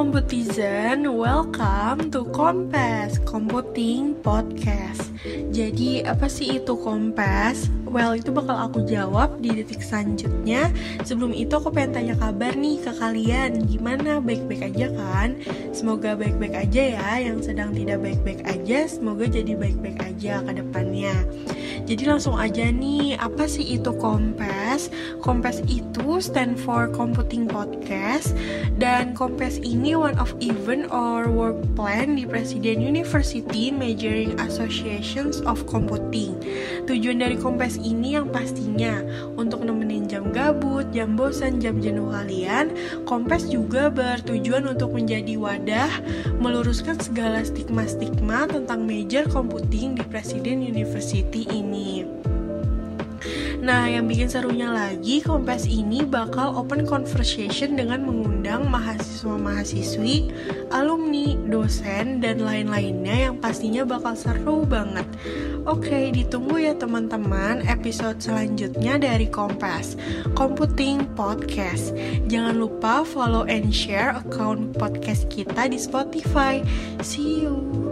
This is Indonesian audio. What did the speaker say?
Komputizen, welcome to Kompas, Computing Podcast. Jadi apa sih itu Kompas? Well, itu bakal aku jawab di detik selanjutnya. Sebelum itu aku pengen tanya kabar nih ke kalian. Gimana, baik-baik aja kan? Semoga baik-baik aja ya. Yang sedang tidak baik-baik aja, semoga jadi baik-baik aja ke depannya. Jadi langsung aja nih, apa sih itu Kompas? Kompas itu stand for Computing Podcast. Dan Kompas ini one of event or work plan di Presiden University Majoring Associations of Computing. Tujuan dari Kompas ini yang pastinya untuk nemenin jam gabut, jam bosan, jam jenuh kalian. Kompas juga bertujuan untuk menjadi wadah meluruskan segala stigma-stigma tentang major computing di Presiden University ini. Nah, yang bikin serunya lagi, Kompas ini bakal open conversation dengan mengundang mahasiswa-mahasiswi, alumni, dosen, dan lain-lainnya yang pastinya bakal seru banget. Oke, ditunggu ya teman-teman episode selanjutnya dari Kompas, Computing Podcast. Jangan lupa follow and share account podcast kita di Spotify. See you!